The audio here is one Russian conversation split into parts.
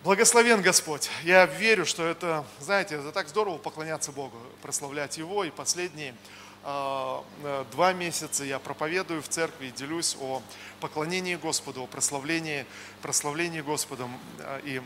Благословен Господь. Я верю, что это, знаете, это так здорово поклоняться Богу, прославлять Его. И последние 2 месяца я проповедую в церкви и делюсь о поклонении Господу, о прославлении Господом. И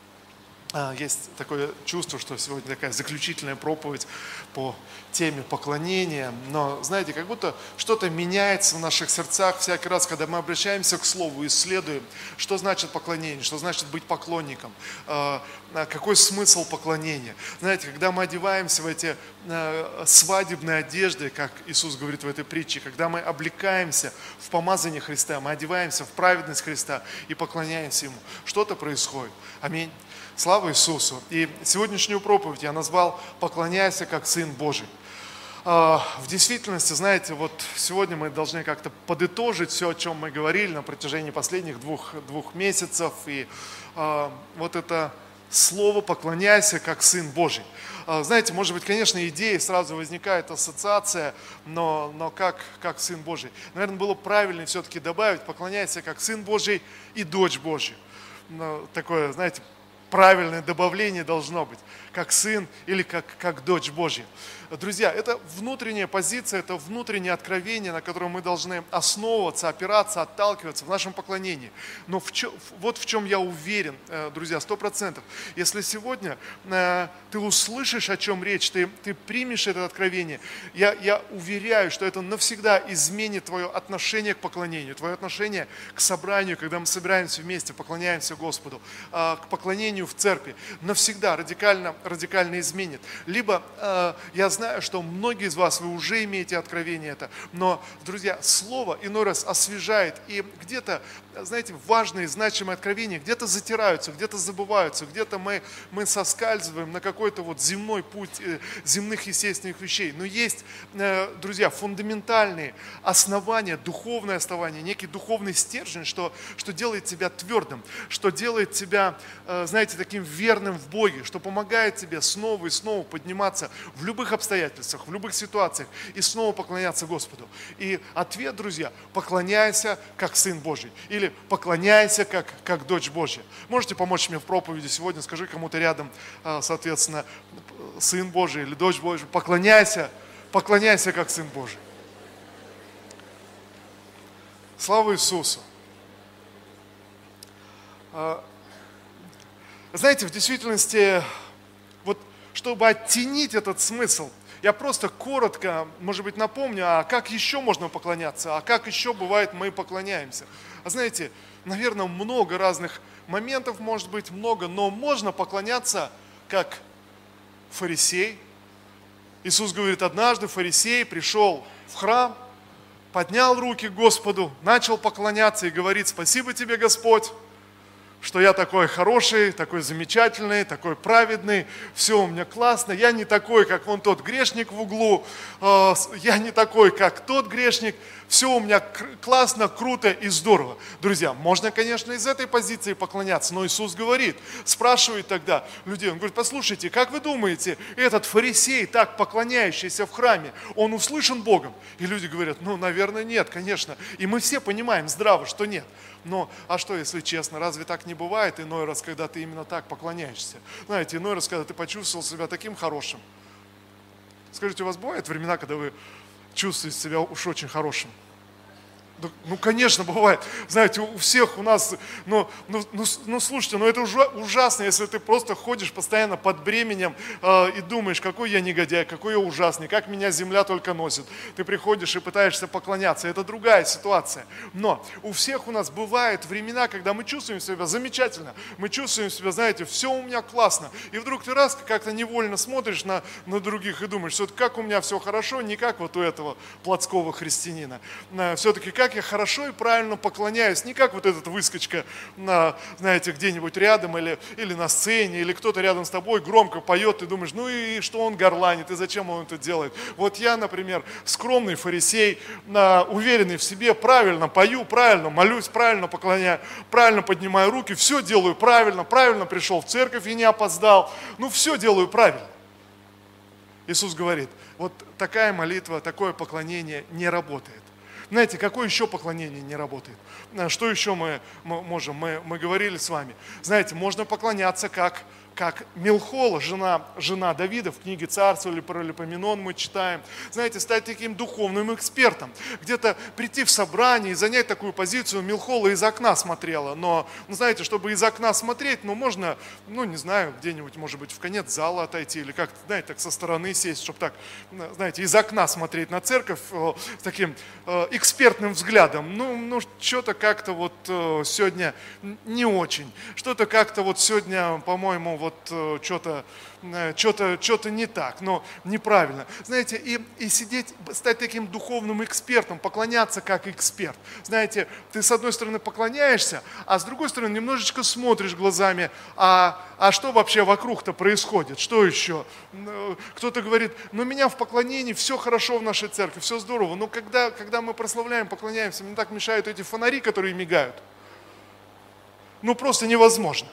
есть такое чувство, что сегодня такая заключительная проповедь по теме поклонения. Но, знаете, как будто что-то меняется в наших сердцах всякий раз, когда мы обращаемся к Слову, исследуем, что значит поклонение, что значит быть поклонником, какой смысл поклонения. Знаете, когда мы одеваемся в эти свадебные одежды, как Иисус говорит в этой притче, когда мы облекаемся в помазание Христа, мы одеваемся в праведность Христа и поклоняемся Ему, что-то происходит. Аминь. Слава Иисусу! И сегодняшнюю проповедь я назвал «Поклоняйся, как Сын Божий». В действительности, знаете, вот сегодня мы должны как-то подытожить все, о чем мы говорили на протяжении последних двух месяцев. И вот это слово «поклоняйся, как Сын Божий». Знаете, может быть, конечно, идея, сразу возникает ассоциация, но как Сын Божий. Наверное, было правильно все-таки добавить «поклоняйся, как Сын Божий и дочь Божья». Такое, знаете, правильное добавление должно быть, как сын или как дочь Божья. Друзья, это внутренняя позиция, это внутреннее откровение, на котором мы должны основываться, опираться, отталкиваться в нашем поклонении. Но вот в чем я уверен, друзья, 100%. Если сегодня ты услышишь, о чем речь, ты примешь это откровение, я уверяю, что это навсегда изменит твое отношение к поклонению, твое отношение к собранию, когда мы собираемся вместе, поклоняемся Господу, к поклонению в церкви, навсегда радикально изменит. Либо я знаю, что многие из вас, вы уже имеете откровение это, но, друзья, Слово иной раз освежает, и где-то, знаете, важные, значимые откровения где-то затираются, где-то забываются, где-то мы соскальзываем на какой-то вот земной путь земных естественных вещей. Но есть, друзья, фундаментальные основания, духовное основание, некий духовный стержень, что делает тебя твердым, что делает тебя, знаете, таким верным в Боге, что помогает тебе снова и снова подниматься в любых обстоятельствах, в любых ситуациях и снова поклоняться Господу. И ответ, друзья, поклоняйся как Сын Божий или поклоняйся как дочь Божья. Можете помочь мне в проповеди сегодня, скажи кому-то рядом, соответственно, Сын Божий или дочь Божья, поклоняйся как Сын Божий. Слава Иисусу! Знаете, в действительности, вот чтобы оттенить этот смысл, я просто коротко, может быть, напомню, а как еще можно поклоняться, а как еще бывает мы поклоняемся. А знаете, наверное, много разных моментов, может быть, много, но можно поклоняться как фарисей. Иисус говорит, однажды фарисей пришел в храм, поднял руки к Господу, начал поклоняться и говорит, спасибо тебе, Господь, что я такой хороший, такой замечательный, такой праведный, все у меня классно, я не такой, как вон тот грешник в углу, я не такой, как тот грешник, все у меня классно, круто и здорово. Друзья, можно, конечно, из этой позиции поклоняться, но Иисус говорит, спрашивает тогда людей, он говорит, послушайте, как вы думаете, этот фарисей, так поклоняющийся в храме, он услышан Богом? И люди говорят, наверное, нет, конечно. И мы все понимаем здраво, что нет. Но, а что, если честно, разве так не бывает иной раз, когда ты именно так поклоняешься? Знаете, иной раз, когда ты почувствовал себя таким хорошим. Скажите, у вас бывают времена, когда вы чувствуете себя уж очень хорошим? Конечно, бывает. Знаете, у всех у нас, слушайте, это ужасно, если ты просто ходишь постоянно под бременем и думаешь, какой я негодяй, какой я ужасный, как меня земля только носит. Ты приходишь и пытаешься поклоняться. Это другая ситуация. Но у всех у нас бывают времена, когда мы чувствуем себя замечательно, мы чувствуем себя, знаете, все у меня классно. И вдруг ты раз как-то невольно смотришь на других и думаешь, все-таки как у меня все хорошо, не как вот у этого плотского христианина. Все-таки как я хорошо и правильно поклоняюсь, не как вот этот выскочка, знаете, где-нибудь рядом или на сцене, или кто-то рядом с тобой громко поет, ты думаешь, и что он горланит, и зачем он это делает. Вот я, например, скромный фарисей, уверенный в себе, правильно пою, правильно молюсь, правильно поклоняю, правильно поднимаю руки, все делаю правильно пришел в церковь и не опоздал, все делаю правильно. Иисус говорит, вот такая молитва, такое поклонение не работает. Знаете, какое еще поклонение не работает? Что еще мы можем? Мы говорили с вами. Знаете, можно поклоняться как Милхола, жена Давида, в книге «Царство» или Паралипоменон мы читаем. Знаете, стать таким духовным экспертом. Где-то прийти в собрание и занять такую позицию. Милхола из окна смотрела. Но, знаете, чтобы из окна смотреть, можно, не знаю, где-нибудь, может быть, в конец зала отойти. Или как-то, знаете, так со стороны сесть, чтобы так, знаете, из окна смотреть на церковь с таким экспертным взглядом. Что-то как-то сегодня не очень. Что-то как-то сегодня, по-моему, что-то не так, но неправильно. Знаете, и сидеть, стать таким духовным экспертом, поклоняться как эксперт. Знаете, ты с одной стороны поклоняешься, а с другой стороны немножечко смотришь глазами, а что вообще вокруг-то происходит, что еще? Кто-то говорит, меня в поклонении все хорошо в нашей церкви, все здорово, но когда мы прославляем, поклоняемся, мне так мешают эти фонари, которые мигают. Просто невозможно.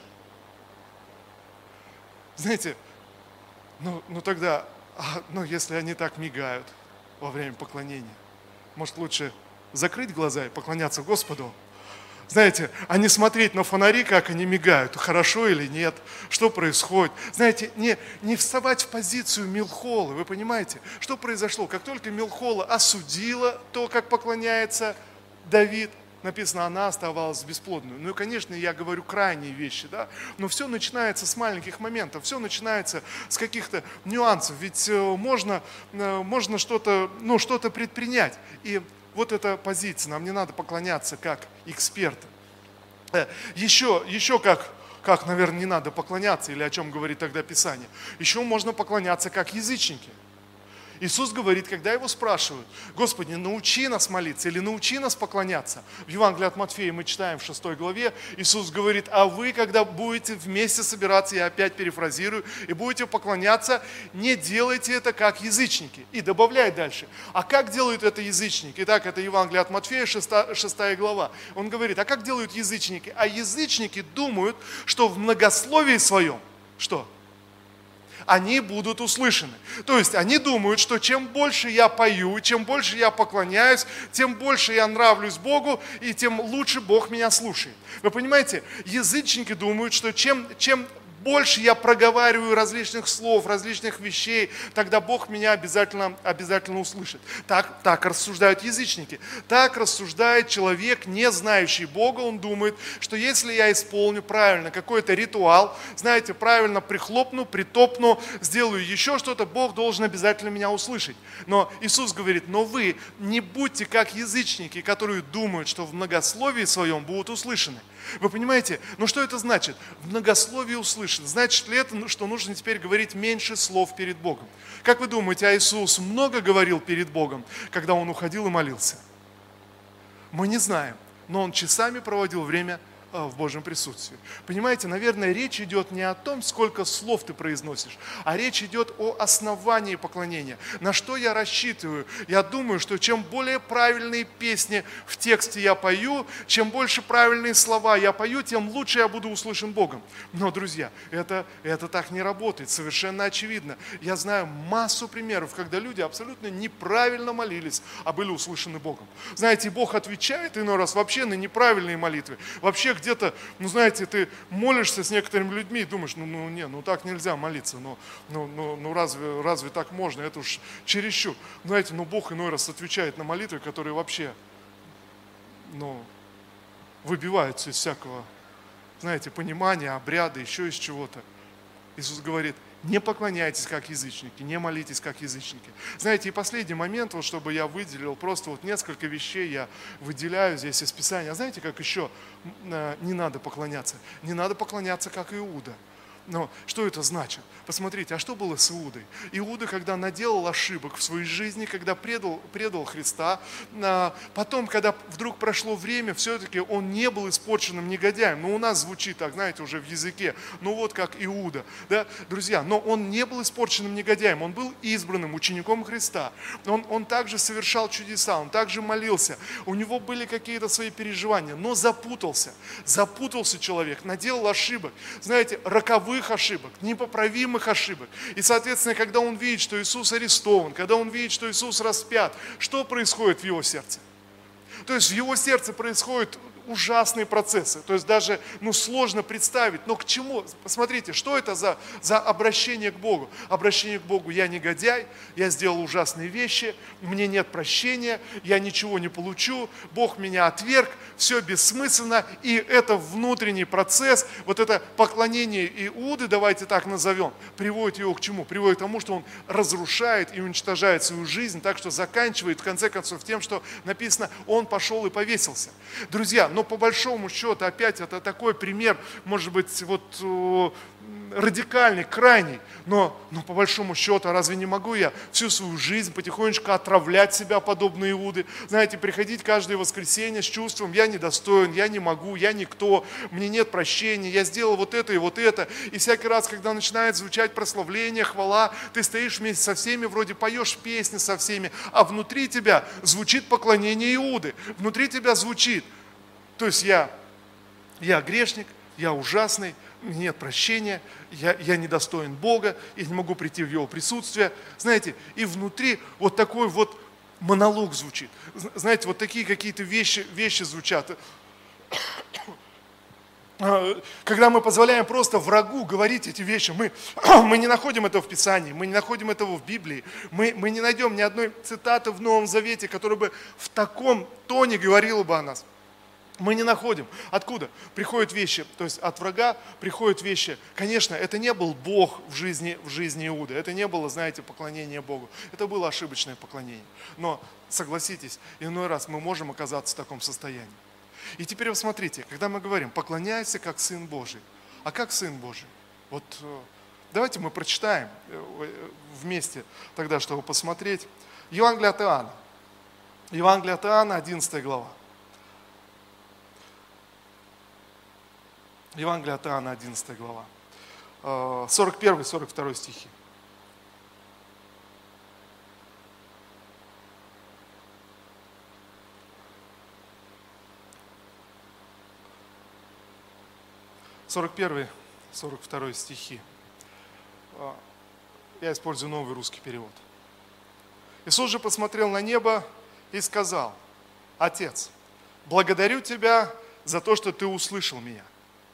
Знаете, тогда, если они так мигают во время поклонения, может лучше закрыть глаза и поклоняться Господу? Знаете, а не смотреть на фонари, как они мигают, хорошо или нет, что происходит. Знаете, не вставать в позицию Милхолы, вы понимаете, что произошло? Как только Милхола осудила то, как поклоняется Давид, написано, она оставалась бесплодной. Конечно, я говорю крайние вещи, да, но все начинается с маленьких моментов, все начинается с каких-то нюансов, ведь можно что-то предпринять. И эта позиция, нам не надо поклоняться как экспертам. Еще как, наверное, не надо поклоняться, или о чем говорит тогда Писание. Еще можно поклоняться как язычники. Иисус говорит, когда его спрашивают, Господи, научи нас молиться или научи нас поклоняться. В Евангелии от Матфея мы читаем в 6 главе, Иисус говорит, а вы, когда будете вместе собираться, я опять перефразирую, и будете поклоняться, не делайте это как язычники. И добавляет дальше, а как делают это язычники? Итак, это Евангелие от Матфея, 6 глава. Он говорит, а как делают язычники? А язычники думают, что в многословии своем, что? Они будут услышаны. То есть они думают, что чем больше я пою, чем больше я поклоняюсь, тем больше я нравлюсь Богу, и тем лучше Бог меня слушает. Вы понимаете, язычники думают, что чем больше я проговариваю различных слов, различных вещей, тогда Бог меня обязательно услышит. Так рассуждают язычники. Так рассуждает человек, не знающий Бога. Он думает, что если я исполню правильно какой-то ритуал, знаете, правильно прихлопну, притопну, сделаю еще что-то, Бог должен обязательно меня услышать. Но Иисус говорит, но вы не будьте как язычники, которые думают, что в многословии своем будут услышаны. Вы понимаете? Но что это значит? В многословии услышан. Значит ли это, что нужно теперь говорить меньше слов перед Богом? Как вы думаете, а Иисус много говорил перед Богом, когда Он уходил и молился? Мы не знаем, но Он часами проводил время в Божьем присутствии. Понимаете, наверное, речь идет не о том, сколько слов ты произносишь, а речь идет о основании поклонения. На что я рассчитываю? Я думаю, что чем более правильные песни в тексте я пою, чем больше правильные слова я пою, тем лучше я буду услышан Богом. Но, друзья, это так не работает, совершенно очевидно. Я знаю массу примеров, когда люди абсолютно неправильно молились, а были услышаны Богом. Знаете, Бог отвечает иной раз вообще на неправильные молитвы. Вообще где-то, знаете, ты молишься с некоторыми людьми и думаешь, так нельзя молиться, разве так можно, это уж чересчур. Знаете, Бог иной раз отвечает на молитвы, которые вообще, выбиваются из всякого, знаете, понимания, обряда, еще из чего-то. Иисус говорит, не поклоняйтесь как язычники, не молитесь как язычники. Знаете, и последний момент, чтобы я выделил, просто несколько вещей я выделяю здесь из Писания. А знаете, как еще не надо поклоняться? Не надо поклоняться как Иуда. Но что это значит? Посмотрите, а что было с Иудой? Иуда, когда наделал ошибок в своей жизни, когда предал Христа, потом, когда вдруг прошло время, все-таки он не был испорченным негодяем. У нас звучит так, знаете, уже в языке, как Иуда. Да? Друзья, но он не был испорченным негодяем, он был избранным учеником Христа. Он также совершал чудеса, он также молился, у него были какие-то свои переживания, но запутался человек, наделал ошибок, знаете, роковых ошибок, непоправимых ошибок. И, соответственно, когда он видит, что Иисус арестован, когда он видит, что Иисус распят, что происходит в его сердце? То есть в его сердце происходят ужасные процессы. То есть даже сложно представить. Но к чему? Посмотрите, что это за обращение к Богу? Обращение к Богу: я негодяй, я сделал ужасные вещи, мне нет прощения, я ничего не получу, Бог меня отверг, все бессмысленно. И это внутренний процесс, вот это поклонение Иуды, давайте так назовем, приводит его к чему? Приводит к тому, что он разрушает и уничтожает свою жизнь, так что заканчивает в конце концов тем, что написано: он пошел и повесился. Друзья, но по большому счету, опять это такой пример, может быть, радикальный, крайний, но по большому счету, разве не могу я всю свою жизнь потихонечку отравлять себя, подобно Иуды? Знаете, приходить каждое воскресенье с чувством: я недостоин, я не могу, я никто, мне нет прощения, я сделал вот это и вот это. И всякий раз, когда начинает звучать прославление, хвала, ты стоишь вместе со всеми, вроде поешь песни со всеми, а внутри тебя звучит поклонение Иуды, внутри тебя звучит: то есть я грешник, я ужасный, нет прощения, я недостоин Бога, я не могу прийти в Его присутствие. Знаете, и внутри вот такой вот монолог звучит. Знаете, вот такие какие-то вещи звучат. Когда мы позволяем просто врагу говорить эти вещи, мы не находим этого в Писании, мы не находим этого в Библии, мы не найдем ни одной цитаты в Новом Завете, которая бы в таком тоне говорила бы о нас. Мы не находим. Откуда? Приходят вещи, то есть от врага приходят вещи. Конечно, это не был Бог в жизни Иуды, это не было, знаете, поклонение Богу, это было ошибочное поклонение. Но, согласитесь, иной раз мы можем оказаться в таком состоянии. И теперь вы смотрите, когда мы говорим: поклоняйся как Сын Божий. А как Сын Божий? Вот давайте мы прочитаем вместе тогда, чтобы посмотреть. Евангелие от Иоанна. Евангелие от Иоанна, 11 глава. Евангелие от Иоанна, 11 глава, 41-42 стихи. Сорок первый, 42 стихи. Я использую новый русский перевод. Иисус же посмотрел на небо и сказал: Отец, благодарю Тебя за то, что Ты услышал меня.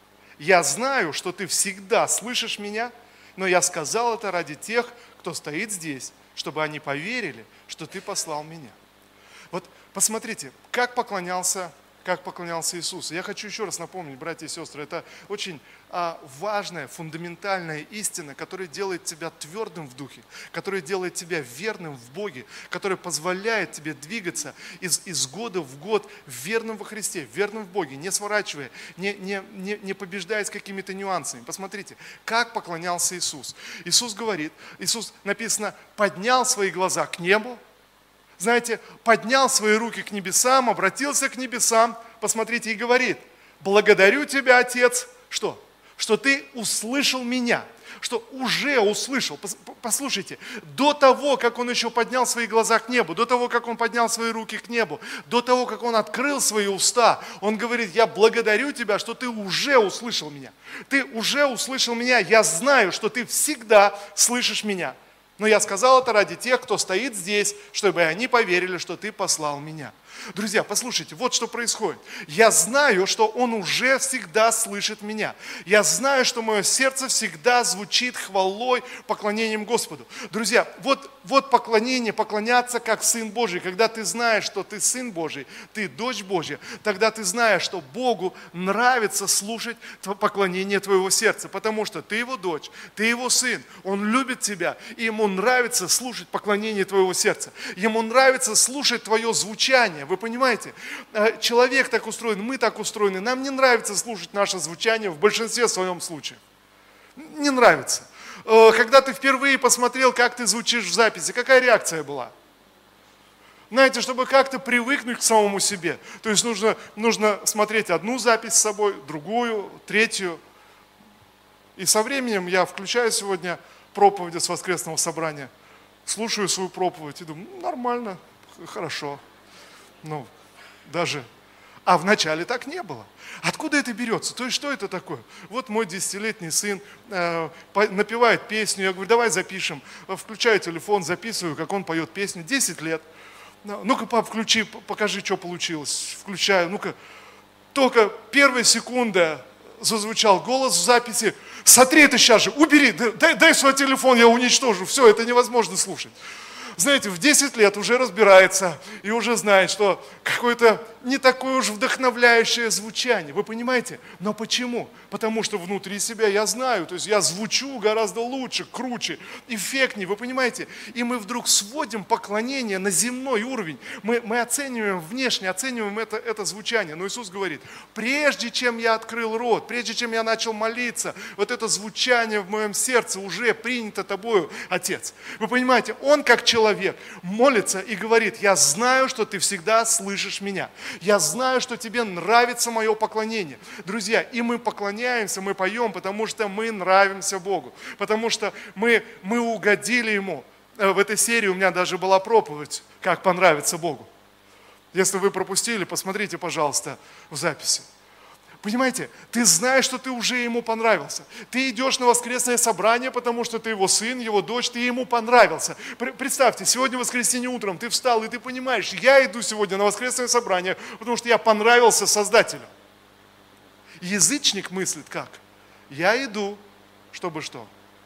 Я знаю, что Ты всегда слышишь меня, но я сказал это ради тех, кто стоит здесь, чтобы они поверили, что Ты послал меня. Вот посмотрите, как поклонялся Иисус. Я хочу еще раз напомнить, братья и сестры, это очень важная, фундаментальная истина, которая делает тебя твердым в духе, которая делает тебя верным в Боге, которая позволяет тебе двигаться из года в год верным во Христе, верным в Боге, не сворачивая, не побеждаясь какими-то нюансами. Посмотрите, как поклонялся Иисус. Иисус написано, поднял свои глаза к небу, знаете, поднял свои руки к небесам, обратился к небесам, посмотрите, и говорит: благодарю Тебя, Отец, что? Что Ты услышал меня, что уже услышал. Послушайте, до того, как Он еще поднял свои глаза к небу, до того, как Он поднял свои руки к небу, до того, как Он открыл свои уста, Он говорит: я благодарю Тебя, что Ты уже услышал меня. Ты уже услышал меня, я знаю, что Ты всегда слышишь меня. Но я сказал это ради тех, кто стоит здесь, чтобы они поверили, что Ты послал меня. Друзья, послушайте, вот что происходит. Я знаю, что Он уже всегда слышит меня. Я знаю, что мое сердце всегда звучит хвалой, поклонением Господу. Друзья, вот поклонение, поклоняться как Сын Божий. Когда ты знаешь, что ты Сын Божий, ты дочь Божья, тогда ты знаешь, что Богу нравится слушать поклонение твоего сердца, потому что ты Его дочь, ты Его сын, Он любит тебя, и Ему нравится слушать поклонение твоего сердца. Ему нравится слушать твое звучание. Вы понимаете? Человек так устроен, мы так устроены. Нам не нравится слушать наше звучание в большинстве своем случаев. Не нравится. Когда ты впервые посмотрел, как ты звучишь в записи, какая реакция была? Знаете, чтобы как-то привыкнуть к самому себе. То есть нужно смотреть одну запись с собой, другую, третью. И со временем я включаю сегодня проповеди с воскресного собрания, слушаю свою проповедь и думаю: нормально, хорошо. А вначале так не было. Откуда это берется? То есть что это такое? Вот мой 10-летний сын напевает песню, я говорю: давай запишем. Включаю телефон, записываю, как он поет песню. 10 лет. Ну-ка, пап, включи, покажи, что получилось. Включаю, ну-ка. Только первая секунда зазвучал голос в записи. Сотри это сейчас же, убери, дай свой телефон, я уничтожу. Все, это невозможно слушать. Знаете, в 10 лет уже разбирается и уже знает, что какое-то не такое уж вдохновляющее звучание. Вы понимаете? Но почему? Потому что внутри себя я знаю, то есть я звучу гораздо лучше, круче, эффектнее, вы понимаете? И мы вдруг сводим поклонение на земной уровень. Мы оцениваем внешне, оцениваем это звучание. Но Иисус говорит, прежде чем я открыл рот, прежде чем я начал молиться, вот это звучание в моем сердце уже принято тобою, Отец. Вы понимаете, Он как человек молится и говорит, я знаю, что ты всегда слышишь меня. Я знаю, что тебе нравится мое поклонение. Друзья, и мы поклоняемся, мы поем, потому что мы нравимся Богу. Потому что мы угодили Ему. В этой серии у меня даже была проповедь, как понравиться Богу. Если вы пропустили, посмотрите, пожалуйста, в записи. Понимаете, ты знаешь, что ты уже ему понравился. Ты идешь на воскресное собрание, потому что ты его сын, его дочь, ты ему понравился. Представьте, сегодня воскресенье утром ты встал, и ты понимаешь, я иду сегодня на воскресное собрание, потому что я понравился Создателю. Язычник мыслит как? Я иду, чтобы что?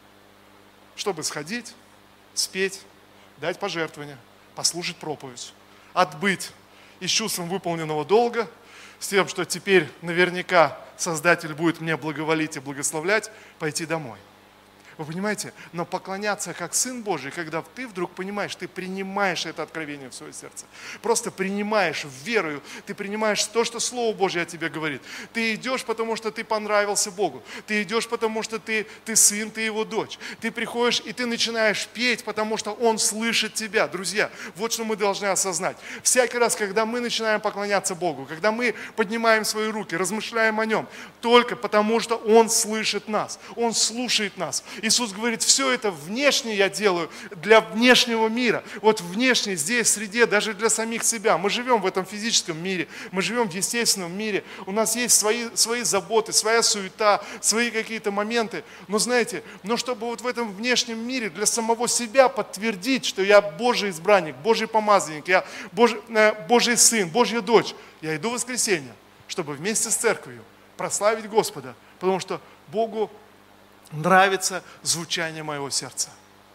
Чтобы сходить, спеть, дать пожертвование, послушать проповедь, отбыть и с чувством выполненного долга, с тем, что теперь наверняка Создатель будет мне благоволить и благословлять, пойти домой. Вы понимаете? Но поклоняться как Сын Божий, когда ты вдруг понимаешь, ты принимаешь это откровение в свое сердце. Просто принимаешь верою, ты принимаешь то, что Слово Божье о тебе говорит. Ты идешь, потому что ты понравился Богу. Ты идешь, потому что ты сын, ты его дочь. Ты приходишь и ты начинаешь петь, потому что Он слышит тебя. Друзья, вот что мы должны осознать. Всякий раз, когда мы начинаем поклоняться Богу, когда мы поднимаем свои руки, размышляем о Нем, только потому что Он слышит нас, Он слушает нас. Иисус говорит, все это внешне я делаю для внешнего мира. Вот внешне, здесь, в среде, даже для самих себя. Мы живем в этом физическом мире, мы живем в естественном мире. У нас есть свои заботы, своя суета, свои какие-то моменты. Но знаете, чтобы вот в этом внешнем мире для самого себя подтвердить, что я Божий избранник, Божий помазанник, я Божий сын, Божья дочь, я иду в воскресенье, чтобы вместе с церковью прославить Господа, потому что Богу нравится звучание моего сердца.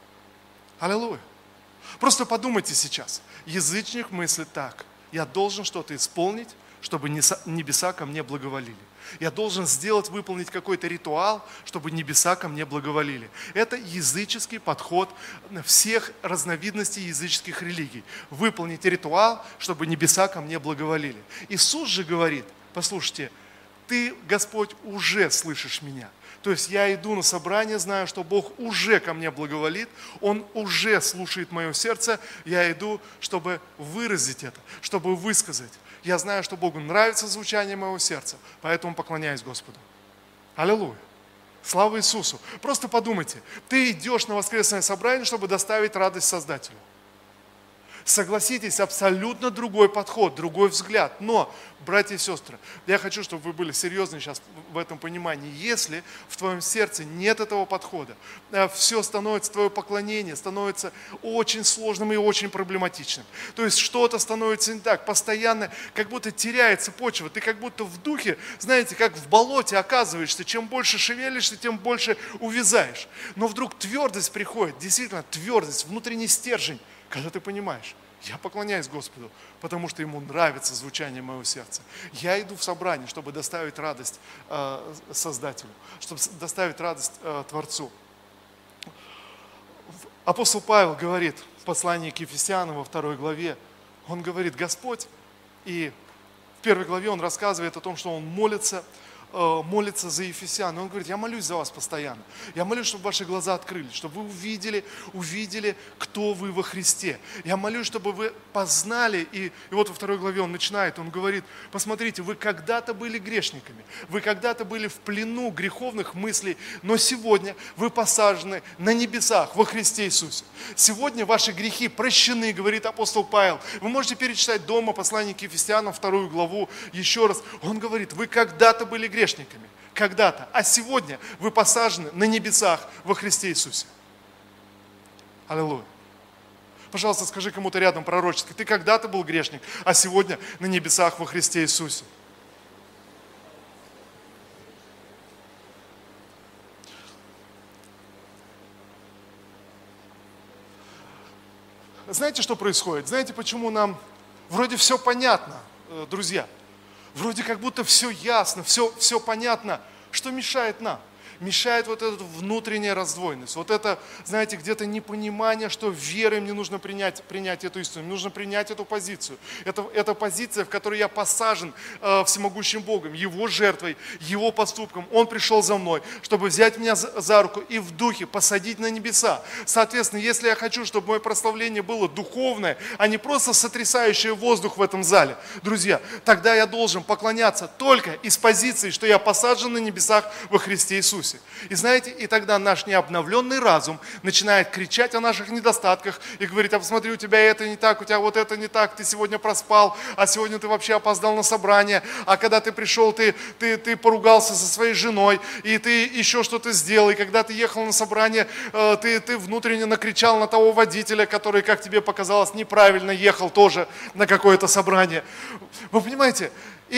Аллилуйя. Просто подумайте сейчас. Язычник мыслит так. Я должен что-то исполнить, чтобы небеса ко мне благоволили. Я должен выполнить какой-то ритуал, чтобы небеса ко мне благоволили. Это языческий подход всех разновидностей языческих религий. Выполнить ритуал, чтобы небеса ко мне благоволили. Иисус же говорит, послушайте, ты, Господь, уже слышишь меня. То есть я иду на собрание, знаю, что Бог уже ко мне благоволит, Он уже слушает мое сердце, я иду, чтобы выразить это, чтобы высказать. Я знаю, что Богу нравится звучание моего сердца, поэтому поклоняюсь Господу. Аллилуйя. Слава Иисусу. Просто подумайте, ты идешь на воскресное собрание, чтобы доставить радость Создателю. Согласитесь, абсолютно другой подход, другой взгляд. Но, братья и сестры, я хочу, чтобы вы были серьезны сейчас в этом понимании. Если в твоем сердце нет этого подхода, все становится, твое поклонение становится очень сложным и очень проблематичным. То есть что-то становится не так, постоянно как будто теряется почва. Ты как будто в духе, знаете, как в болоте оказываешься. Чем больше шевелишься, тем больше увязаешь. Но вдруг твердость приходит, действительно твердость, внутренний стержень. Когда ты понимаешь, я поклоняюсь Господу, потому что Ему нравится звучание моего сердца. Я иду в собрание, чтобы доставить радость Создателю, чтобы доставить радость Творцу. Апостол Павел говорит в послании к Ефесянам во 2 главе, он говорит, Господь, и в 1 главе он рассказывает о том, что он молится за Ефесян. И он говорит, я молюсь за вас постоянно. Я молюсь, чтобы ваши глаза открылись, чтобы вы увидели, кто вы во Христе. Я молюсь, чтобы вы познали. И вот во 2 главе он начинает, он говорит, посмотрите, вы когда-то были грешниками, вы когда-то были в плену греховных мыслей, но сегодня вы посажены на небесах во Христе Иисусе. Сегодня ваши грехи прощены, говорит апостол Павел. Вы можете перечитать дома послание к Ефесянам, 2 главу, еще раз. Он говорит, вы когда-то были грешниками, когда-то, а сегодня вы посажены на небесах во Христе Иисусе. Аллилуйя. Пожалуйста, скажи кому-то рядом пророчески: ты когда-то был грешник, а сегодня на небесах во Христе Иисусе. Знаете, что происходит? Знаете, почему нам вроде все понятно, друзья? Вроде как будто все ясно, все понятно. Что мешает нам? Мешает вот эта внутренняя раздвоенность. Вот это, знаете, где-то непонимание, что верой мне нужно принять эту истину, мне нужно принять эту позицию. Это позиция, в которой я посажен всемогущим Богом, Его жертвой, Его поступком. Он пришел за мной, чтобы взять меня за руку и в духе посадить на небеса. Соответственно, если я хочу, чтобы мое прославление было духовное, а не просто сотрясающее воздух в этом зале, друзья, тогда я должен поклоняться только из позиции, что я посажен на небесах во Христе Иисусе. И знаете, и тогда наш необновленный разум начинает кричать о наших недостатках и говорить: а посмотри, у тебя это не так, у тебя вот это не так, ты сегодня проспал, а сегодня ты вообще опоздал на собрание, а когда ты пришел, ты поругался со своей женой, и ты еще что-то сделал, и когда ты ехал на собрание, ты внутренне накричал на того водителя, который, как тебе показалось, неправильно ехал тоже на какое-то собрание. Вы понимаете?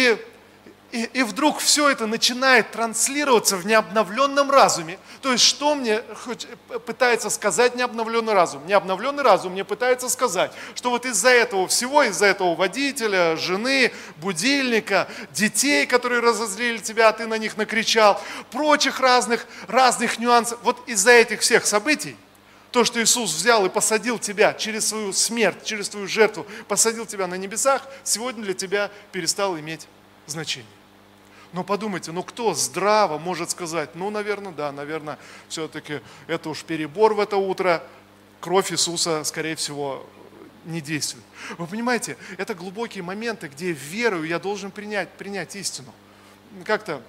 И вдруг все это начинает транслироваться в необновленном разуме. То есть, что мне пытается сказать необновленный разум? Необновленный разум мне пытается сказать, что вот из-за этого всего, из-за этого водителя, жены, будильника, детей, которые разозлили тебя, а ты на них накричал, прочих разных нюансов, вот из-за этих всех событий, то, что Иисус взял и посадил тебя через свою смерть, через твою жертву, посадил тебя на небесах, сегодня для тебя перестало иметь значение. Но подумайте, кто здраво может сказать: наверное, да, наверное, все-таки это уж перебор в это утро, кровь Иисуса, скорее всего, не действует. Вы понимаете, это глубокие моменты, где верою я должен принять истину. Как-то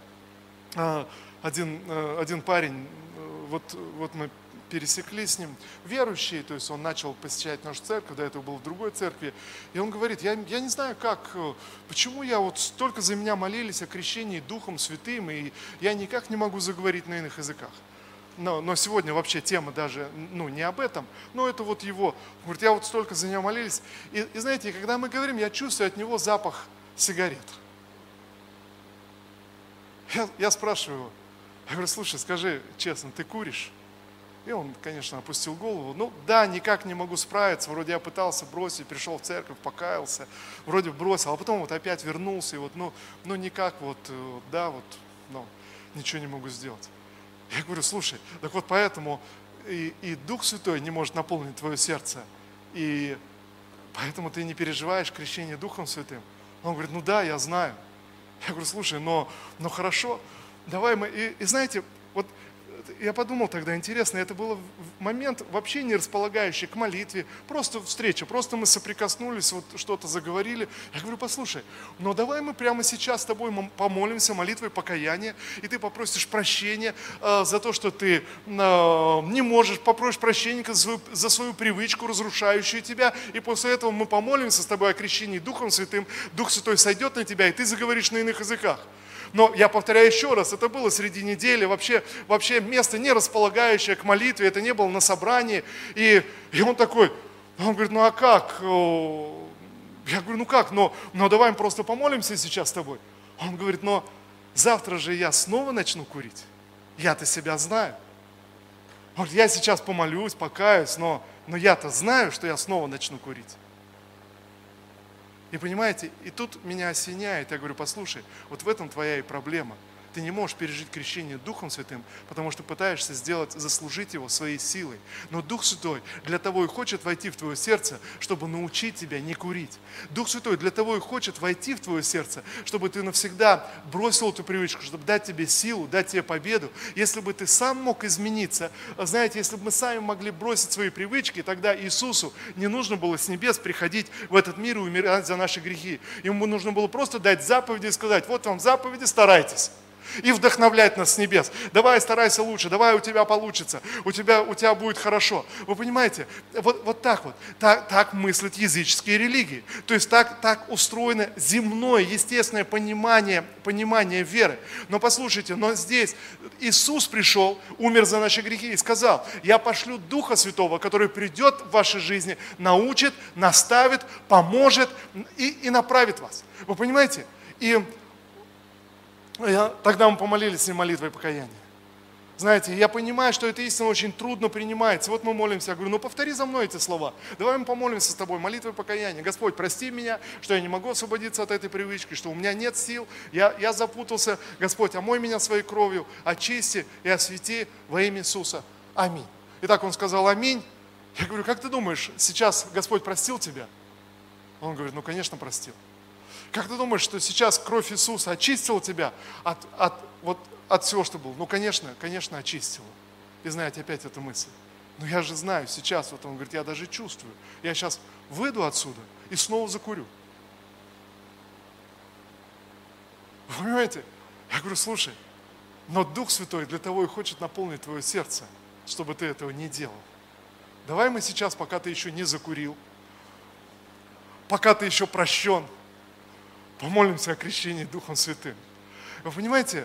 один парень, вот мы пересеклись с ним, верующий, то есть он начал посещать нашу церковь, до этого был в другой церкви, и он говорит: я не знаю почему столько за меня молились о крещении Духом Святым, и я никак не могу заговорить на иных языках. Но сегодня вообще тема даже, не об этом, но это вот его, говорит, я столько за него молились, и знаете, когда мы говорим, я чувствую от него запах сигарет. Я спрашиваю его, я говорю: слушай, скажи честно, ты куришь? И он, конечно, опустил голову. Да, никак не могу справиться. Вроде я пытался бросить, пришел в церковь, покаялся, вроде бросил, а потом опять вернулся, и никак ничего не могу сделать. Я говорю: слушай, так вот поэтому и Дух Святой не может наполнить твое сердце, и поэтому ты не переживаешь крещение Духом Святым. Он говорит: да, я знаю. Я говорю: слушай, но хорошо, давай мы, и знаете, я подумал тогда, интересно, это был момент вообще не располагающий к молитве, просто встреча, просто мы соприкоснулись, что-то заговорили. Я говорю: послушай, давай мы прямо сейчас с тобой помолимся молитвой покаяния, и ты попросишь прощения за то, что ты не можешь, попросишь прощения за свою привычку, разрушающую тебя, и после этого мы помолимся с тобой о крещении Духом Святым, Дух Святой сойдет на тебя, и ты заговоришь на иных языках. Но я повторяю еще раз, это было среди недели, вообще место не располагающее к молитве, это не было на собрании. И он такой, он говорит: а как? Я говорю: как? Давай мы просто помолимся сейчас с тобой. Он говорит: завтра же я снова начну курить. Я-то себя знаю. Он говорит: я сейчас помолюсь, покаюсь, но я-то знаю, что я снова начну курить. И понимаете, и тут меня осеняет, я говорю: послушай, вот в этом твоя и проблема. Ты не можешь пережить крещение Духом Святым, потому что пытаешься заслужить его своей силой. Но Дух Святой для того и хочет войти в твое сердце, чтобы научить тебя не курить. Дух Святой для того и хочет войти в твое сердце, чтобы ты навсегда бросил эту привычку, чтобы дать тебе силу, дать тебе победу. Если бы ты сам мог измениться, знаете, если бы мы сами могли бросить свои привычки, тогда Иисусу не нужно было с небес приходить в этот мир и умирать за наши грехи. Ему нужно было просто дать заповеди и сказать: вот вам заповеди, старайтесь. и вдохновлять нас с небес. Давай, старайся лучше, давай, у тебя получится, у тебя будет хорошо. Вы понимаете, вот так вот, так мыслят языческие религии. То есть так устроено земное, естественное понимание веры. Но послушайте, но здесь Иисус пришел, умер за наши грехи и сказал: я пошлю Духа Святого, который придет в вашей жизни, научит, наставит, поможет и направит вас. Вы понимаете? И тогда мы помолились с ним молитвой покаяния. Знаете, я понимаю, что эта истина очень трудно принимается. Вот мы молимся, я говорю: повтори за мной эти слова. Давай мы помолимся с тобой молитвой покаяния. Господь, прости меня, что я не могу освободиться от этой привычки, что у меня нет сил, я запутался. Господь, омой меня своей кровью, очисти и освети во имя Иисуса. Аминь. И так он сказал аминь. Я говорю: как ты думаешь, сейчас Господь простил тебя? Он говорит: конечно, простил. Как ты думаешь, что сейчас кровь Иисуса очистила тебя от всего, что было? Конечно, очистила. И знаете, опять эта мысль. Но я же знаю сейчас, он говорит, я даже чувствую. Я сейчас выйду отсюда и снова закурю. Вы понимаете? Я говорю: слушай, но Дух Святой для того и хочет наполнить твое сердце, чтобы ты этого не делал. Давай мы сейчас, пока ты еще не закурил, пока ты еще прощен, помолимся о крещении Духом Святым. Вы понимаете,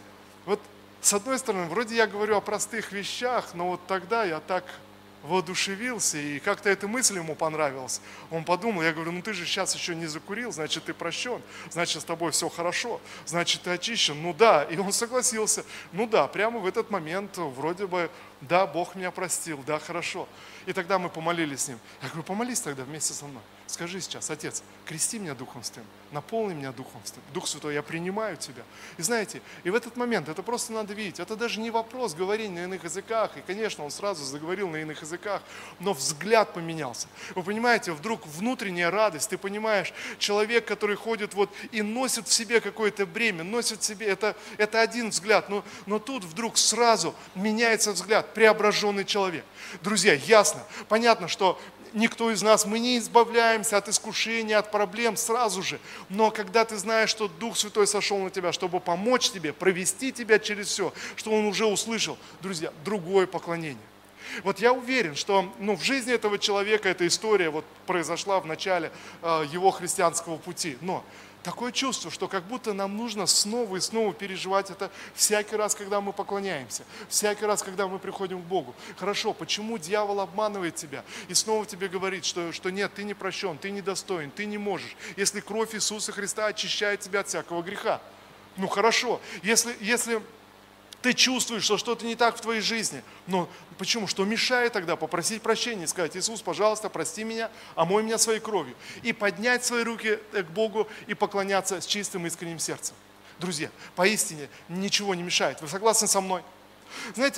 с одной стороны, вроде я говорю о простых вещах, но тогда я так воодушевился, и как-то эта мысль ему понравилась. Он подумал, я говорю: ты же сейчас еще не закурил, значит, ты прощен, значит, с тобой все хорошо, значит, ты очищен. Да, и он согласился. Да, прямо в этот момент вроде бы, да, Бог меня простил, да, хорошо. И тогда мы помолились с ним. Я говорю: помолись тогда вместе со мной. Скажи сейчас: Отец, крести меня Духом Святым, наполни меня Духом Святым. Дух Святой, я принимаю Тебя. И знаете, и в этот момент, это просто надо видеть, это даже не вопрос говорения на иных языках. И, конечно, он сразу заговорил на иных языках, но взгляд поменялся. Вы понимаете, вдруг внутренняя радость, ты понимаешь, человек, который ходит и носит в себе какое-то бремя, носит в себе, это один взгляд, но тут вдруг сразу меняется взгляд, преображенный человек. Друзья, ясно, понятно, что никто из нас, мы не избавляемся от искушения, от проблем сразу же. Но когда ты знаешь, что Дух Святой сошел на тебя, чтобы помочь тебе, провести тебя через все, что Он уже услышал, друзья, другое поклонение. Я уверен, что в жизни этого человека эта история произошла в начале его христианского пути. Но такое чувство, что как будто нам нужно снова и снова переживать это всякий раз, когда мы поклоняемся, всякий раз, когда мы приходим к Богу. Хорошо, почему дьявол обманывает тебя и снова тебе говорит, что нет, ты не прощен, ты недостоин, ты не можешь, если кровь Иисуса Христа очищает тебя от всякого греха? Хорошо, если ты чувствуешь, что что-то не так в твоей жизни. Но почему? Что мешает тогда попросить прощения и сказать: Иисус, пожалуйста, прости меня, омой меня своей кровью. И поднять свои руки к Богу и поклоняться с чистым искренним сердцем. Друзья, поистине ничего не мешает. Вы согласны со мной? Знаете,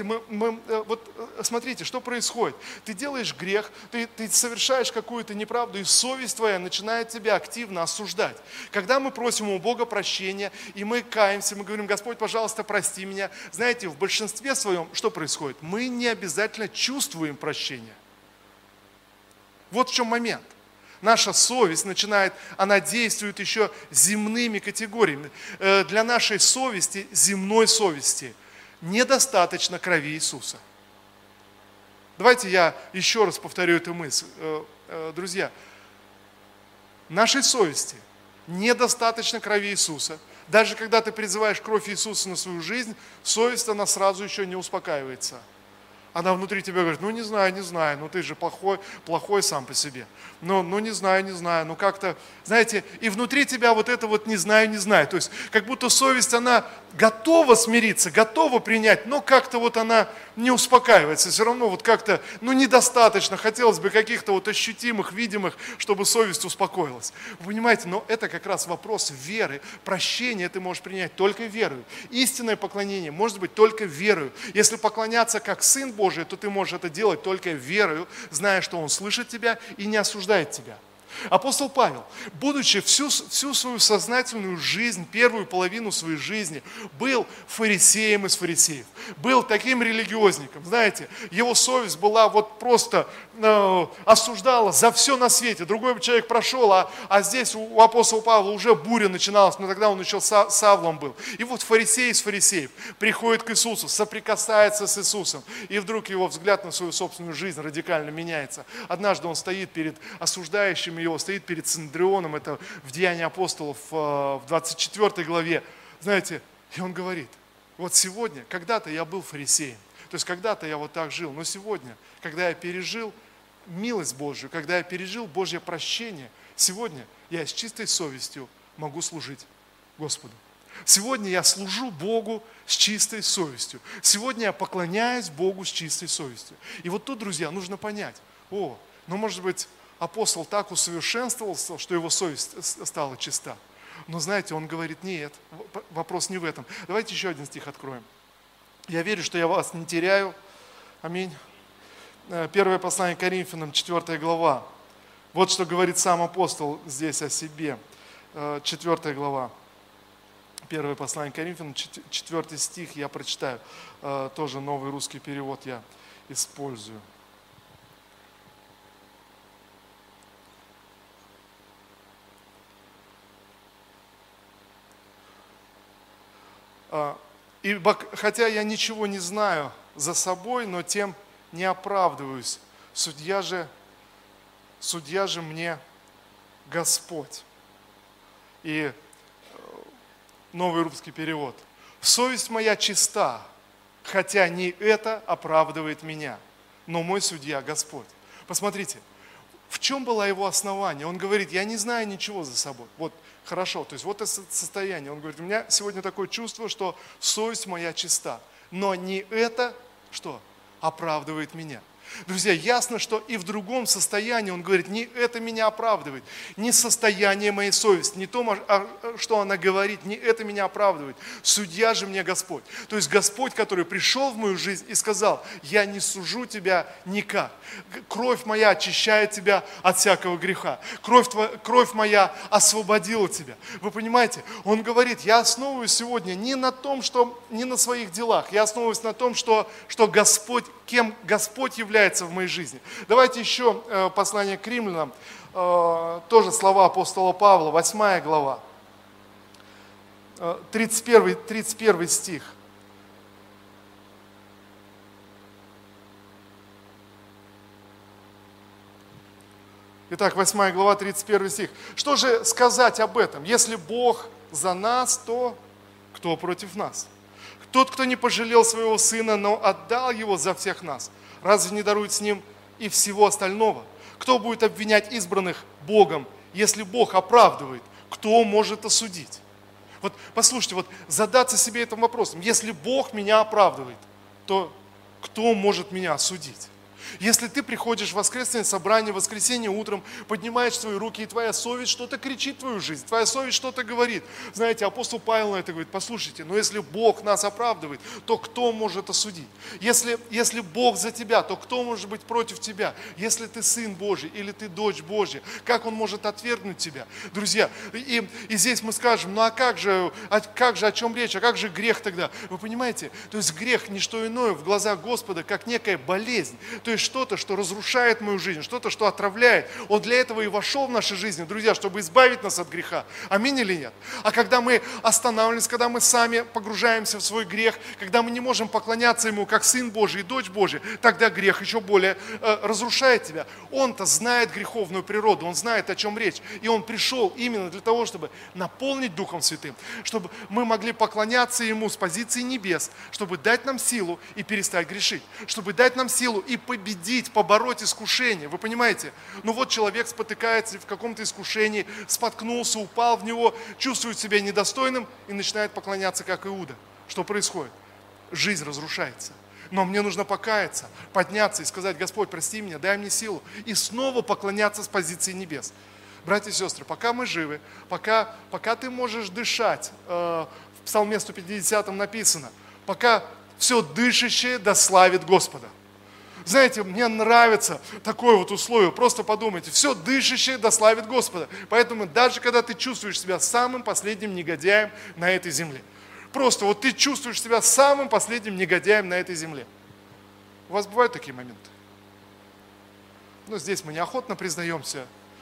смотрите, что происходит. Ты делаешь грех, ты совершаешь какую-то неправду, и совесть твоя начинает тебя активно осуждать. Когда мы просим у Бога прощения, и мы каемся, мы говорим: Господь, пожалуйста, прости меня. Знаете, в большинстве своем что происходит? Мы не обязательно чувствуем прощение. Вот в чем момент. Наша совесть она действует еще земными категориями. Для нашей совести, земной совести, недостаточно крови Иисуса. Давайте я еще раз повторю эту мысль. Друзья, нашей совести недостаточно крови Иисуса. Даже когда ты призываешь кровь Иисуса на свою жизнь, совесть, она сразу еще не успокаивается. Она внутри тебя говорит: не знаю, ты же плохой сам по себе. Не знаю, как-то, знаете, и внутри тебя не знаю. То есть, как будто совесть, она готова смириться, готова принять, но как-то она не успокаивается. Все равно как-то, недостаточно. Хотелось бы каких-то ощутимых, видимых, чтобы совесть успокоилась. Вы понимаете, но это как раз вопрос веры. Прощение ты можешь принять только верою. Истинное поклонение может быть только верою. Если поклоняться как Сын Божий, то ты можешь это делать только верою, зная, что Он слышит тебя и не осуждает тебя. Апостол Павел, будучи всю свою сознательную жизнь, первую половину своей жизни, был фарисеем из фарисеев, был таким религиозником, знаете, его совесть была вот просто осуждала за все на свете. Другой человек прошел, а здесь у апостола Павла уже буря начиналась, но тогда он еще Савлом был. И вот фарисей из фарисеев приходит к Иисусу, соприкасается с Иисусом, и вдруг его взгляд на свою собственную жизнь радикально меняется. Однажды он стоит перед осуждающим его, стоит перед Синедрионом, это в Деянии апостолов в 24 главе, знаете, и он говорит, вот сегодня, когда-то я был фарисеем, то есть когда-то я вот так жил, но сегодня, когда я пережил милость Божью, когда я пережил Божье прощение, сегодня я с чистой совестью могу служить Господу. Сегодня я служу Богу с чистой совестью. Сегодня я поклоняюсь Богу с чистой совестью. И вот тут, друзья, нужно понять, может быть, апостол так усовершенствовался, что его совесть стала чиста. Но знаете, он говорит, нет, вопрос не в этом. Давайте еще один стих откроем. Я верю, что я вас не теряю. Аминь. Первое послание к Коринфянам, 4 глава. Вот что говорит сам апостол здесь о себе. 4 глава. Первое послание к Коринфянам, 4 стих, я прочитаю. Тоже новый русский перевод я использую. Ибо, хотя я ничего не знаю за собой, но тем не оправдываюсь. Судья же мне Господь. И новый русский перевод. Совесть моя чиста, хотя не это оправдывает меня, но мой судья Господь. Посмотрите, в чем было его основание? Он говорит, я не знаю ничего за собой. Вот хорошо, то есть вот это состояние. Он говорит, у меня сегодня такое чувство, что совесть моя чиста, но не это, что оправдывает меня. Друзья, ясно, что и в другом состоянии, он говорит, не это меня оправдывает, не состояние моей совести, не то, что она говорит, не это меня оправдывает. Судья же мне Господь. То есть Господь, который пришел в мою жизнь и сказал, я не сужу тебя никак. Кровь моя очищает тебя от всякого греха. Кровь моя освободила тебя. Вы понимаете? Он говорит, я основываюсь сегодня не на своих делах, я основываюсь на том, что Господь, кем Господь является в моей жизни. Давайте еще послание к римлянам, тоже слова апостола Павла, 8 глава, 31 стих. Итак, 8 глава, 31 стих. Что же сказать об этом? Если Бог за нас, то кто против нас? Тот, кто не пожалел своего сына, но отдал его за всех нас, разве не дарует с ним и всего остального? Кто будет обвинять избранных Богом, если Бог оправдывает? Кто может осудить? Вот послушайте, вот задаться себе этим вопросом. Если Бог меня оправдывает, то кто может меня осудить? Если ты приходишь в воскресное собрание, в воскресенье утром, поднимаешь свои руки, и твоя совесть что-то кричит в твою жизнь, твоя совесть что-то говорит. Знаете, апостол Павел на это говорит, послушайте, но если Бог нас оправдывает, то кто может осудить? Если Бог за тебя, то кто может быть против тебя? Если ты сын Божий или ты дочь Божья, как Он может отвергнуть тебя? Друзья, и здесь мы скажем, ну а как же, о чем речь, а как же грех тогда? Вы понимаете, то есть грех не что иное в глазах Господа, как некая болезнь, то есть что-то, что разрушает мою жизнь, что-то, что отравляет. Он для этого и вошел в наши жизни, друзья, чтобы избавить нас от греха. Аминь или нет? А когда мы останавливаемся, когда мы сами погружаемся в свой грех, когда мы не можем поклоняться Ему как Сын Божий и дочь Божья, тогда грех еще более разрушает тебя. Он-то знает греховную природу, Он знает, о чем речь. И Он пришел именно для того, чтобы наполнить Духом Святым, чтобы мы могли поклоняться Ему с позиции небес, чтобы дать нам силу и перестать грешить, чтобы дать нам силу и победить, побороть искушение. Вы понимаете? Ну вот человек спотыкается в каком-то искушении, споткнулся, упал в него, чувствует себя недостойным и начинает поклоняться, как Иуда. Что происходит? Жизнь разрушается. Но мне нужно покаяться, подняться и сказать, Господь, прости меня, дай мне силу. И снова поклоняться с позиции небес. Братья и сестры, пока мы живы, пока ты можешь дышать, в Псалме 150 написано, пока все дышащее да славит Господа. Знаете, мне нравится такое вот условие. Просто подумайте, все дышащее да славит Господа. Поэтому даже когда ты чувствуешь себя самым последним негодяем на этой земле, просто вот ты чувствуешь себя самым последним негодяем на этой земле. У вас бывают такие моменты? Ну, здесь мы неохотно признаемся.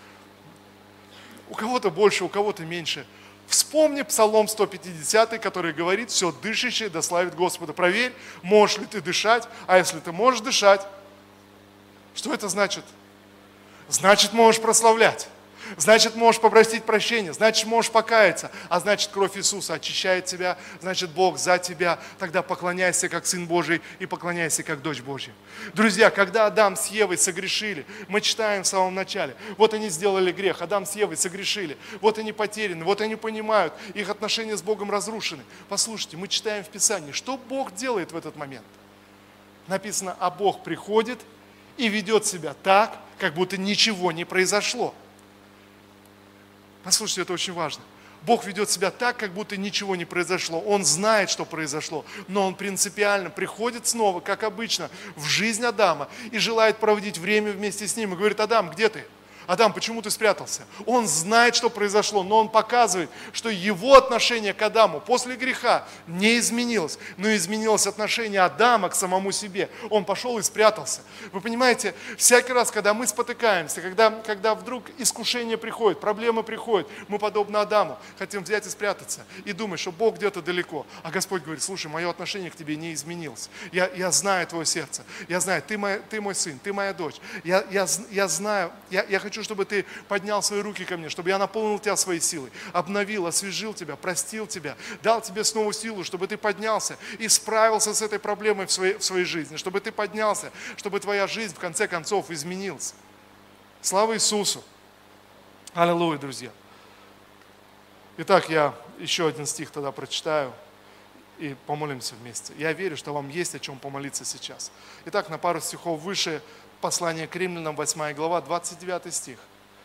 У кого-то больше, у кого-то меньше. Вспомни Псалом 150, который говорит, все дышащее да славит Господа. Проверь, можешь ли ты дышать, а если ты можешь дышать, что это значит? Значит, можешь прославлять. Значит, можешь попросить прощения, значит, можешь покаяться, а значит, кровь Иисуса очищает тебя, значит, Бог за тебя, тогда поклоняйся как Сын Божий и поклоняйся как дочь Божья. Друзья, когда Адам с Евой согрешили, мы читаем в самом начале, вот они сделали грех, Адам с Евой согрешили, вот они потеряны, вот они понимают, их отношения с Богом разрушены. Послушайте, мы читаем в Писании, что Бог делает в этот момент? Написано, а Бог приходит и ведет себя так, как будто ничего не произошло. Послушайте, это очень важно. Бог ведет себя так, как будто ничего не произошло. Он знает, что произошло, но Он принципиально приходит снова, как обычно, в жизнь Адама и желает проводить время вместе с ним. И говорит, Адам, где ты? Адам, почему ты спрятался? Он знает, что произошло, но он показывает, что его отношение к Адаму после греха не изменилось, но изменилось отношение Адама к самому себе. Он пошел и спрятался. Вы понимаете, всякий раз, когда мы спотыкаемся, когда вдруг искушение приходит, проблемы приходят, мы, подобно Адаму, хотим взять и спрятаться и думать, что Бог где-то далеко. А Господь говорит, слушай, мое отношение к тебе не изменилось. Я знаю твое сердце, я знаю, ты мой сын, ты моя дочь. Я знаю, я хочу, чтобы ты поднял свои руки ко мне, чтобы я наполнил тебя своей силой, обновил, освежил тебя, простил тебя, дал тебе снова силу, чтобы ты поднялся и справился с этой проблемой в своей жизни, чтобы ты поднялся, чтобы твоя жизнь в конце концов изменилась. Слава Иисусу! Аллилуйя, друзья! Итак, я еще один стих тогда прочитаю и помолимся вместе. Я верю, что вам есть о чем помолиться сейчас. Итак, на пару стихов выше послание к Римлянам, 8 глава, 29 стих.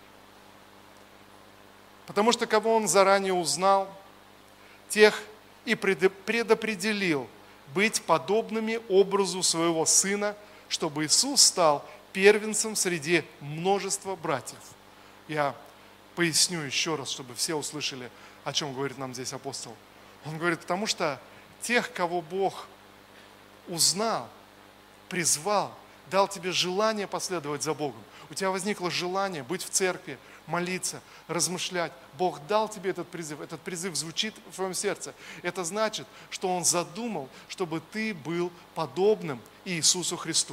Потому что кого Он заранее узнал, тех и предопределил быть подобными образу Своего Сына, чтобы Иисус стал первенцем среди множества братьев. Я поясню еще раз, чтобы все услышали, о чем говорит нам здесь апостол. Он говорит, потому что тех, кого Бог узнал, призвал, дал тебе желание последовать за Богом. У тебя возникло желание быть в церкви, молиться, размышлять. Бог дал тебе этот призыв. Этот призыв звучит в твоем сердце. Это значит, что Он задумал, чтобы ты был подобным Иисусу Христу.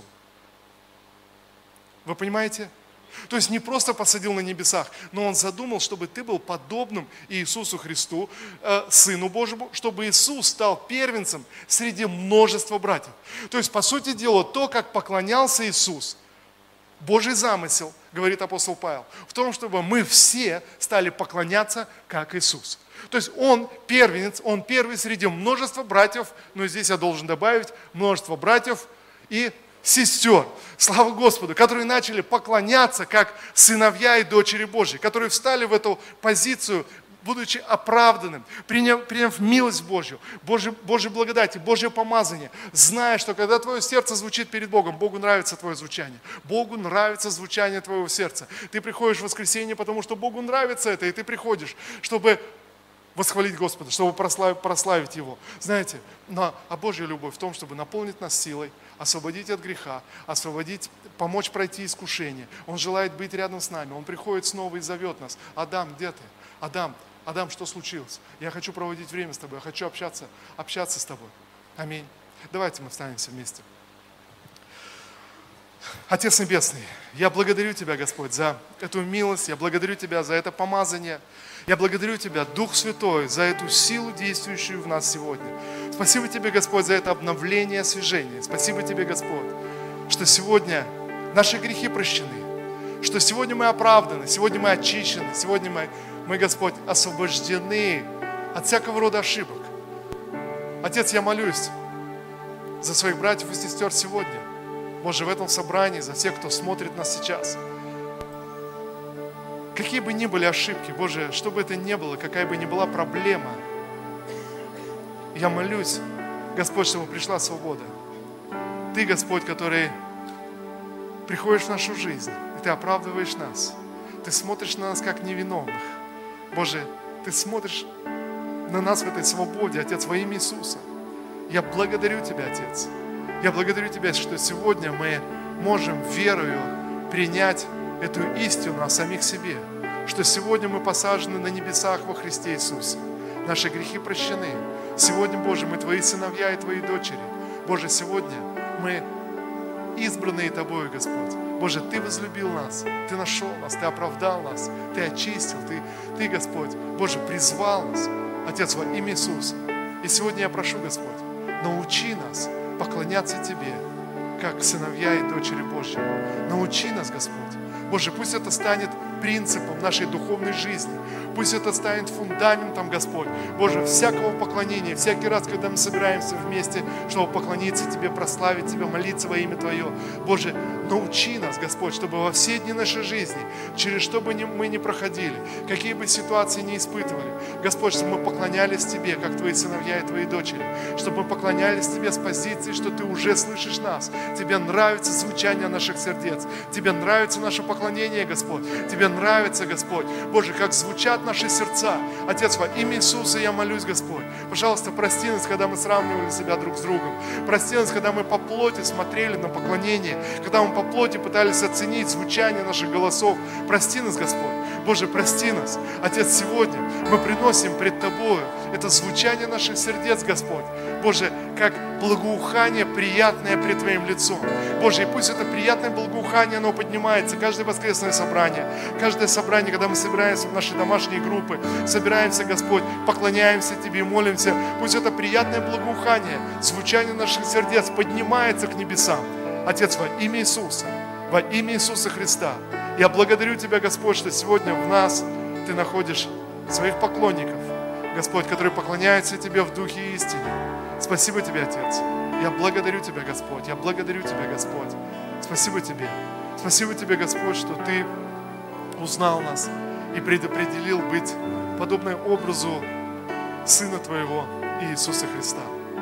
Вы понимаете? То есть не просто посадил на небесах, но Он задумал, чтобы ты был подобным Иисусу Христу, Сыну Божьему, чтобы Иисус стал первенцем среди множества братьев. То есть, по сути дела, то, как поклонялся Иисус, Божий замысел, говорит апостол Павел, в том, чтобы мы все стали поклоняться, как Иисус. То есть Он первенец, Он первый среди множества братьев, но здесь я должен добавить множество братьев и сестер, слава Господу, которые начали поклоняться как сыновья и дочери Божьи, которые встали в эту позицию, будучи оправданным, приняв милость Божью, Божью благодать и Божье помазание, зная, что когда твое сердце звучит перед Богом, Богу нравится твое звучание, Богу нравится звучание твоего сердца. Ты приходишь в воскресенье, потому что Богу нравится это, и ты приходишь, чтобы восхвалить Господа, чтобы прославить Его. Знаете, а Божья любовь в том, чтобы наполнить нас силой, освободить от греха, помочь пройти искушение. Он желает быть рядом с нами. Он приходит снова и зовет нас. Адам, где ты? Адам, что случилось? Я хочу проводить время с тобой, я хочу общаться с тобой. Аминь. Давайте мы встанем все вместе. Отец Небесный, я благодарю Тебя, Господь, за эту милость, я благодарю Тебя за это помазание, я благодарю Тебя, Дух Святой, за эту силу, действующую в нас сегодня. Спасибо Тебе, Господь, за это обновление, освежение. Спасибо Тебе, Господь, что сегодня наши грехи прощены, что сегодня мы оправданы, сегодня мы очищены, сегодня мы, Господь, освобождены от всякого рода ошибок. Отец, я молюсь за своих братьев и сестер сегодня, Боже, в этом собрании, за всех, кто смотрит нас сейчас. Какие бы ни были ошибки, Боже, что бы это ни было, какая бы ни была проблема, я молюсь, Господь, чтобы пришла свобода. Ты, Господь, который приходишь в нашу жизнь, и Ты оправдываешь нас. Ты смотришь на нас как невиновных. Боже, Ты смотришь на нас в этой свободе, Отец, во имя Иисуса. Я благодарю Тебя, Отец. Я благодарю Тебя, что сегодня мы можем верою принять эту истину о самих себе, что сегодня мы посажены на небесах во Христе Иисусе. Наши грехи прощены. Сегодня, Боже, мы Твои сыновья и Твои дочери. Боже, сегодня мы избранные Тобою, Господь. Боже, Ты возлюбил нас, Ты нашел нас, Ты оправдал нас, Ты очистил, Ты, Господь, Боже, призвал нас, Отец, во имя Иисуса. И сегодня я прошу, Господь, научи нас поклоняться Тебе, как сыновья и дочери Божьи. Научи нас, Господь. Боже, пусть это станет принципом нашей духовной жизни. Пусть это станет фундаментом, Господь, Боже, всякого поклонения. Всякий раз, когда мы собираемся вместе, чтобы поклониться Тебе, прославить Тебя, молиться во имя Твое. Боже, научи нас, Господь, чтобы во все дни нашей жизни, через что бы мы ни проходили, какие бы ситуации ни испытывали, Господь, чтобы мы поклонялись Тебе, как Твои сыновья и Твои дочери, чтобы мы поклонялись Тебе с позиции, что Ты уже слышишь нас. Тебе нравится звучание наших сердец. Тебе нравится наше поклонение, Господь. Тебе нравится, Господь, Боже, как звучат наши сердца. Отец, во имя Иисуса я молюсь, Господь. Пожалуйста, прости нас, когда мы сравнивали себя друг с другом. Прости нас, когда мы по плоти смотрели на поклонение, когда мы по плоти пытались оценить звучание наших голосов. Прости нас, Господь. Боже, прости нас. Отец, сегодня мы приносим пред Тобою это звучание наших сердец, Господь. Боже, как благоухание приятное пред Твоим лицом. Боже, и пусть это приятное благоухание, оно поднимается каждое воскресное собрание, каждое собрание, когда мы собираемся в наши домашние группы, собираемся, Господь, поклоняемся Тебе и молимся. Пусть это приятное благоухание, звучание наших сердец поднимается к небесам. Отец, во имя Иисуса, во имя Иисуса Христа, я благодарю Тебя, Господь, что сегодня в нас Ты находишь своих поклонников, Господь, которые поклоняются Тебе в духе и истине. Спасибо Тебе, Отец. Я благодарю Тебя, Господь. Я благодарю Тебя, Господь. Спасибо Тебе. Спасибо Тебе, Господь, что Ты узнал нас и предопределил быть подобной образу Сына Твоего Иисуса Христа.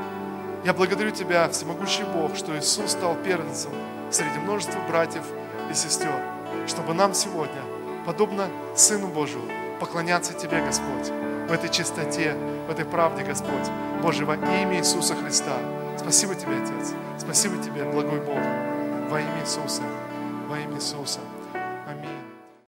Я благодарю Тебя, всемогущий Бог, что Иисус стал первенцем среди множества братьев и сестер, чтобы нам сегодня, подобно Сыну Божию, поклоняться Тебе, Господь, в этой чистоте, в этой правде, Господь. Боже, во имя Иисуса Христа. Спасибо Тебе, Отец. Спасибо Тебе, благой Бог. Во имя Иисуса. Во имя Иисуса.